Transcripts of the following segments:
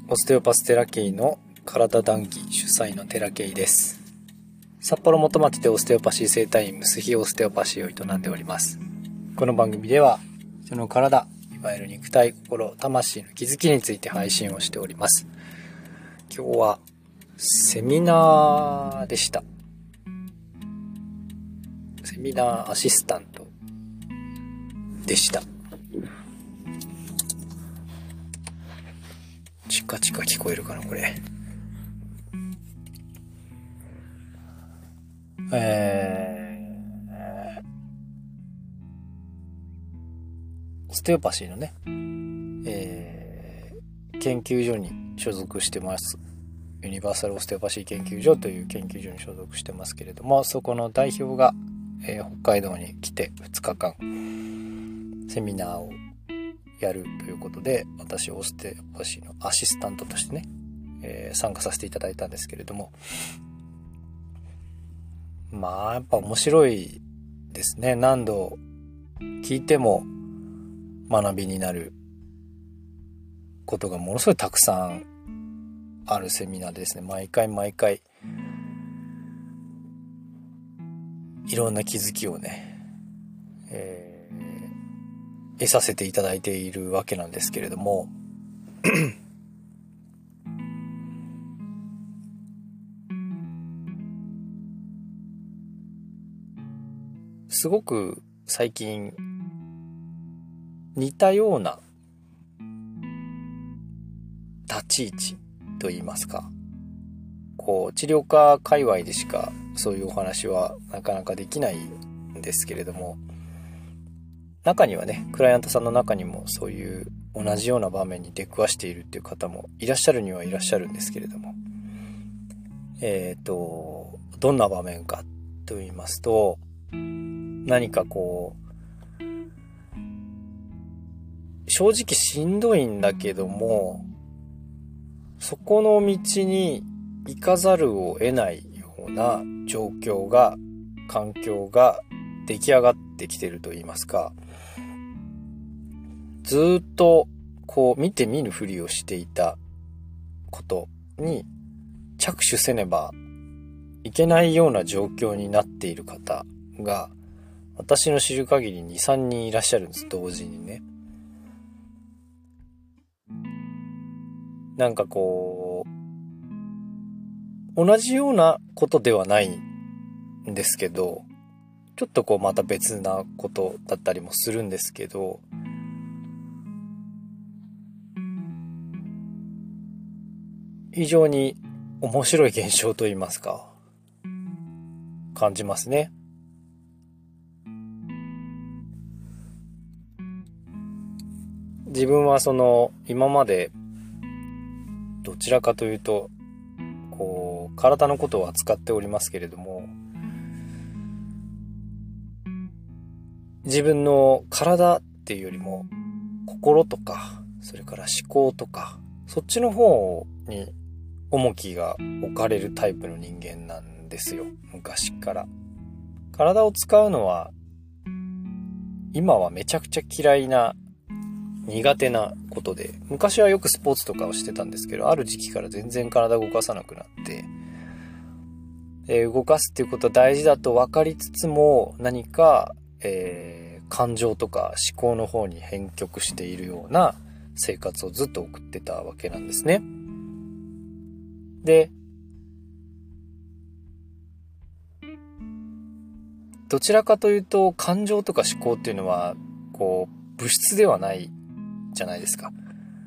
オステオパステラケイの体談義主催のテラケイです。札幌元町でオステオパシー整体院ムスヒオステオパシーを営んでおります。この番組では人の体、いわゆる肉体、心、魂の気づきについて配信をしております。今日はセミナーでした。セミナーアシスタントでした。チカチカ聞こえるかなこれ。オステオパシーのね、研究所に所属してます。ユニバーサルオステオパシー研究所という研究所に所属してますけれども、そこの代表が、北海道に来て2日間セミナーをやるということで、私オステオパシーのアシスタントとしてね、参加させていただいたんですけれども、まあやっぱ面白いですね。何度聞いても学びになることがものすごいたくさんあるセミナーですね。毎回いろんな気づきをね、得させていただいているわけなんですけれどもすごく最近似たような立ち位置といいますか、こう治療科界隈でしかそういうお話はなかなかできないんですけれども、中にはね、クライアントさんの中にもそういう同じような場面に出くわしているっていう方もいらっしゃるにはいらっしゃるんですけれども、どんな場面かと言いますと、何かこう正直しんどいんだけども、そこの道に行かざるを得ないような状況が、環境が出来上がってきてると言いますか、ずっとこう見て見ぬふりをしていたことに着手せねばいけないような状況になっている方が、私の知る限り 2,3 人いらっしゃるんです。同時にね。なんかこう同じようなことではないんですけど、ちょっとこうまた別なことだったりもするんですけど、非常に面白い現象といいますか、感じますね。自分はその今までどちらかというとこう体のことを扱っておりますけれども、自分の体っていうよりも心とか、それから思考とか、そっちの方に重きが置かれるタイプの人間なんですよ、昔から。体を使うのは今はめちゃくちゃ嫌いな、苦手なことで、昔はよくスポーツとかをしてたんですけど、ある時期から全然体を動かさなくなって、動かすっていうことは大事だと分かりつつも、何か、感情とか思考の方に偏極しているような生活をずっと送ってたわけなんですね。で、どちらかというと感情とか思考っていうのはこう物質ではないじゃないですか。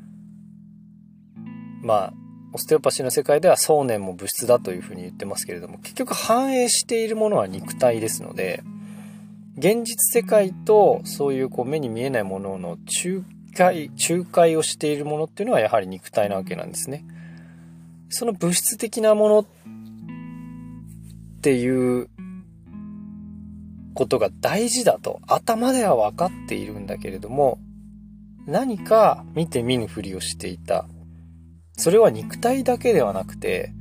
まあオステオパシーの世界では想念も物質だというふうに言ってますけれども、結局反映しているものは肉体ですので、現実世界とそういうこう目に見えないものの仲介をしているものっていうのはやはり肉体なわけなんですね。その物質的なものっていうことが大事だと頭では分かっているんだけれども、何か見て見ぬふりをしていた。それは肉体だけではなくて、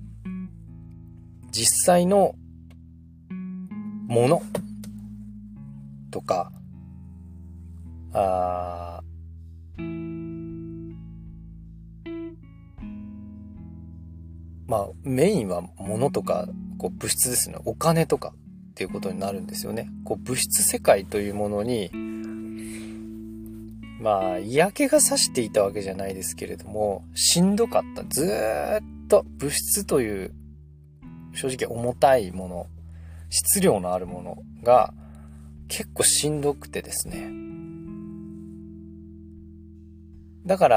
実際のものとか、 メインは物とか、物質ですね。お金とかっていうことになるんですよね。物質世界というものに、嫌気がさしていたわけじゃないですけれども、しんどかった。ずーっと物質という、正直重たいもの、質量のあるものが結構しんどくてですね。だから、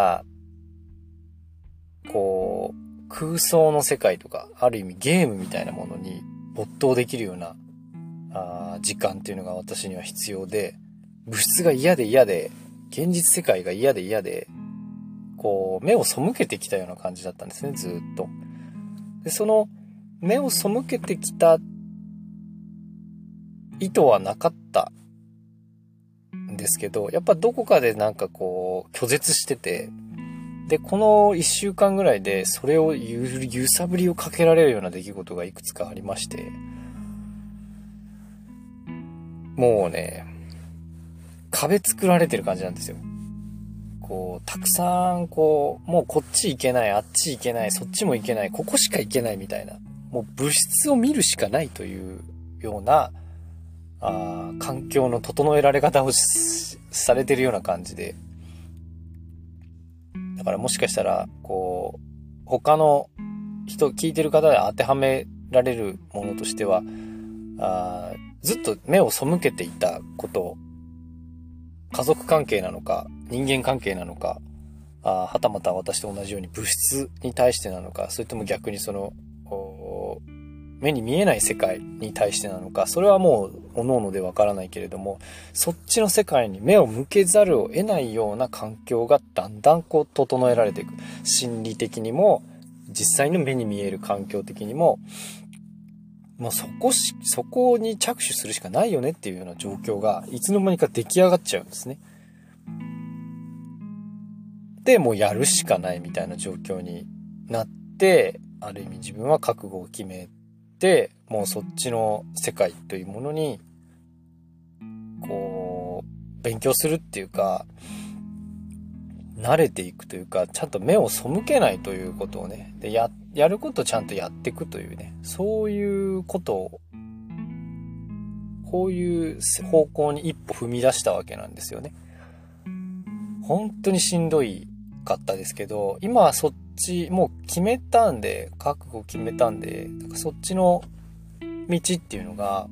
空想の世界とか、ある意味ゲームみたいなものに没頭できるような時間っていうのが私には必要で、物質が嫌で嫌で、現実世界が嫌で嫌で、目を背けてきたような感じだったんですね、ずーっと。で、その目を背けてきた意図はなかったんですけど、やっぱどこかで拒絶してて、で、この1週間ぐらいでそれを揺さぶりをかけられるような出来事がいくつかありまして、もうね、壁作られてる感じなんですよ。たくさんもうこっち行けない、あっち行けない、そっちも行けない、ここしか行けないみたいな、もう物質を見るしかないというような環境の整えられ方をされてるような感じで、だからもしかしたら他の人聞いてる方で当てはめられるものとしては、ずっと目を背けていたこと、家族関係なのか人間関係なのか、はたまた私と同じように物質に対してなのか、それとも逆にその目に見えない世界に対してなのか、それはもう各々でわからないけれども、そっちの世界に目を向けざるを得ないような環境がだんだん整えられていく。心理的にも実際の目に見える環境的にも、もうそこに着手するしかないよねっていうような状況がいつの間にか出来上がっちゃうんですね。で、もうやるしかないみたいな状況になって、ある意味自分は覚悟を決めて、もうそっちの世界というものに勉強するっていうか、慣れていくというか、ちゃんと目を背けないということをね、でやることをちゃんとやっていくというね、そういうことを、こういう方向に一歩踏み出したわけなんですよね。本当にしんどかったですけど、今はそっちもう決めたんで、覚悟決めたんで、そっちの道っていうのが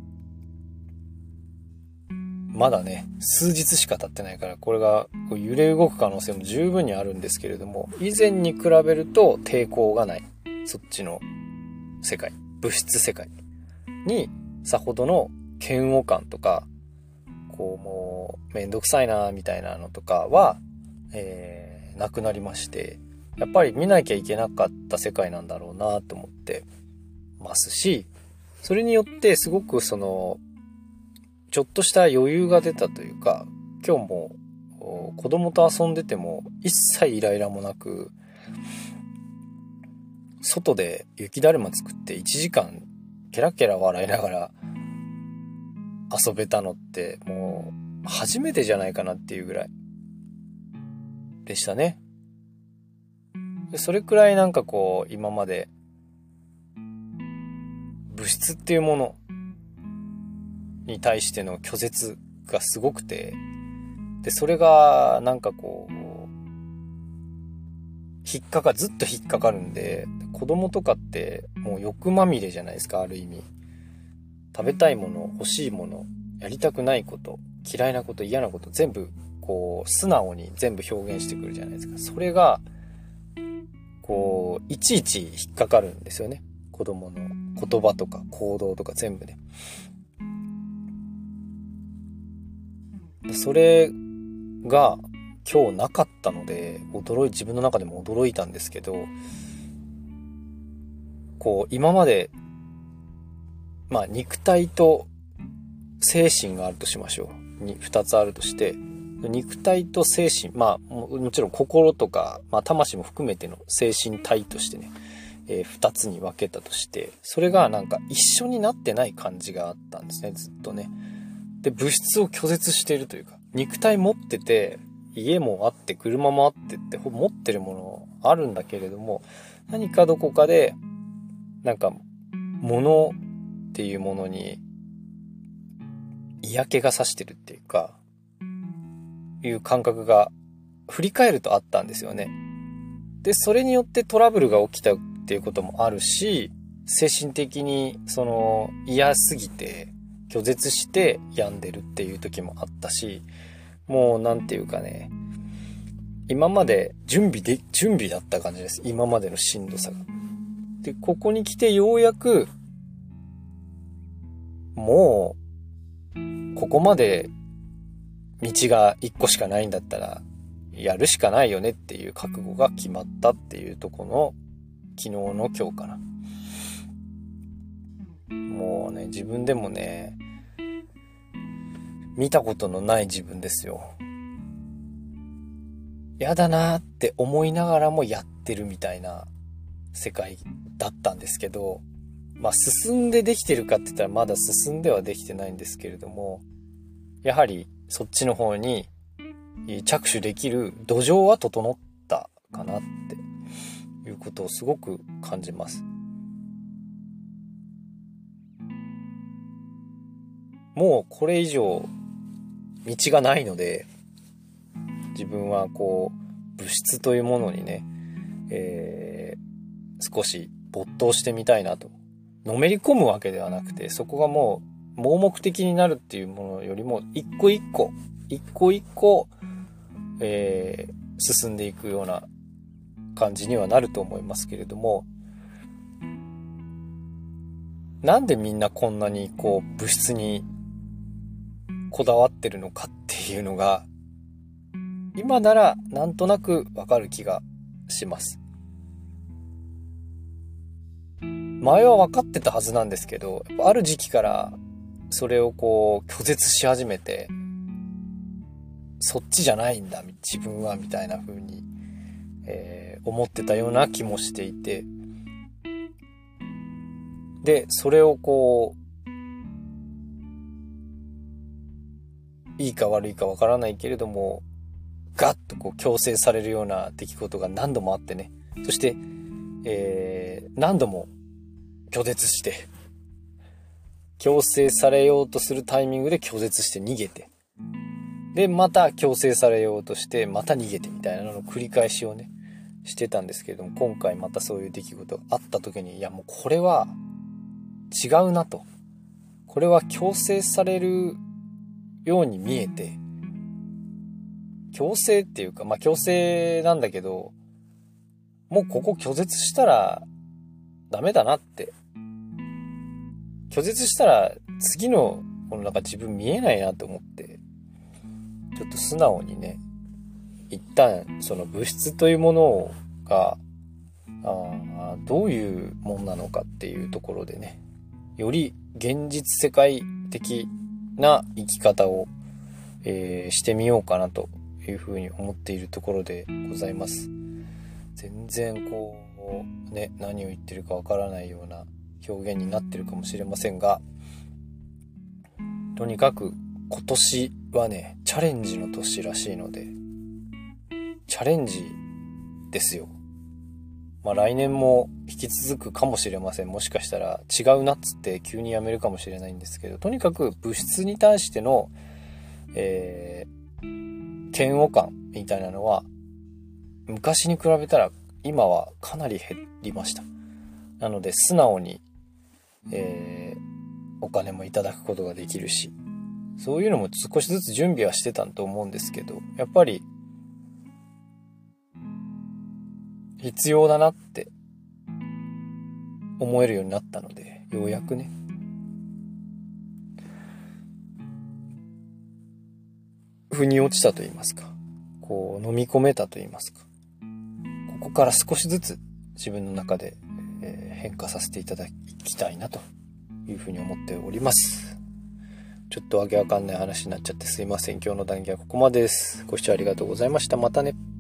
まだね、数日しか経ってないから、これが揺れ動く可能性も十分にあるんですけれども、以前に比べると抵抗がない。そっちの世界、物質世界にさほどの嫌悪感とか、もうめんどくさいなみたいなのとかは、なくなりまして、やっぱり見なきゃいけなかった世界なんだろうなと思ってますし、それによってすごくちょっとした余裕が出たというか、今日も子供と遊んでても一切イライラもなく、外で雪だるま作って1時間ケラケラ笑いながら遊べたのってもう初めてじゃないかなっていうぐらいでしたね。でそれくらい今まで物質っていうものに対しての拒絶がすごくて、でそれがずっと引っかかるんで、子供とかってもう欲まみれじゃないですか、ある意味。食べたいもの、欲しいもの、やりたくないこと、嫌いなこと、嫌なこと、全部素直に全部表現してくるじゃないですか。それがいちいち引っかかるんですよね。子供の言葉とか行動とか全部ね。でそれが今日なかったので自分の中でも驚いたんですけど、今まで肉体と精神があるとしましょう。2つあるとして、肉体と精神、もちろん心とか、魂も含めての精神体としてね、2つに分けたとして、それが一緒になってない感じがあったんですね、ずっとね。で、物質を拒絶しているというか、肉体持ってて、家もあって、車もあってって、持ってるものあるんだけれども、 何かどこかでなんか物っていうものに嫌気がさしてるっていうか、いう感覚が振り返るとあったんですよね。で、それによってトラブルが起きたっていうこともあるし、精神的に嫌すぎて拒絶して病んでるっていう時もあったし、もうなんていうかね、今まで準備だった感じです。今までのしんどさが。で、ここに来てようやく、もう、ここまで道が一個しかないんだったら、やるしかないよねっていう覚悟が決まったっていうところの、昨日の今日かな。もうね、自分でもね、見たことのない自分ですよ。やだなーって思いながらもやってるみたいな世界だったんですけど、まあ進んでできてるかって言ったらまだ進んではできてないんですけれども、やはりそっちの方に着手できる土壌は整ったかなっていうことをすごく感じます。もうこれ以上道がないので、自分はこう物質というものにね、少し没頭してみたいなと。のめり込むわけではなくて、そこがもう盲目的になるっていうものよりも一個一個、進んでいくような感じにはなると思いますけれども、なんでみんなこんなにこう物質にこだわってるのかっていうのが今ならなんとなくわかる気がします。前は分かってたはずなんですけど、やっぱある時期からそれをこう拒絶し始めて、そっちじゃないんだ自分はみたいな風に、思ってたような気もしていて、でそれをこういいか悪いかわからないけれどもガッとこう強制されるような出来事が何度もあってね、そして、何度も拒絶して強制されようとするタイミングで拒絶して逃げて、でまた強制されようとしてまた逃げてみたいなのの繰り返しをねしてたんですけれども、今回またそういう出来事があった時に、いやもうこれは違うなと、これは強制されるように見えて、強制っていうかまあ強制なんだけど、もうここ拒絶したらダメだなって、拒絶したら次のこのなんか自分見えないなと思って、ちょっと素直にね、一旦その物質というものがどういうもんなのかっていうところでね、より現実世界的な生き方を、してみようかなというふうに思っているところでございます。全然こうね、何を言ってるかわからないような表現になってるかもしれませんが、とにかく今年はねチャレンジの年らしいので、チャレンジですよ。まあ来年も引き続くかもしれません。もしかしたら違うなっつって急にやめるかもしれないんですけど、とにかく物質に対しての、嫌悪感みたいなのは昔に比べたら今はかなり減りました。なので素直に、お金もいただくことができるし、そういうのも少しずつ準備はしてたと思うんですけど、やっぱり必要だなって思えるようになったので、ようやくね、腑に落ちたと言いますか、こう飲み込めたと言いますか、ここから少しずつ自分の中で、変化させていただきたいなというふうに思っております。ちょっとわけわかんない話になっちゃってすいません。今日の談義はここまでです。ご視聴ありがとうございました。またね。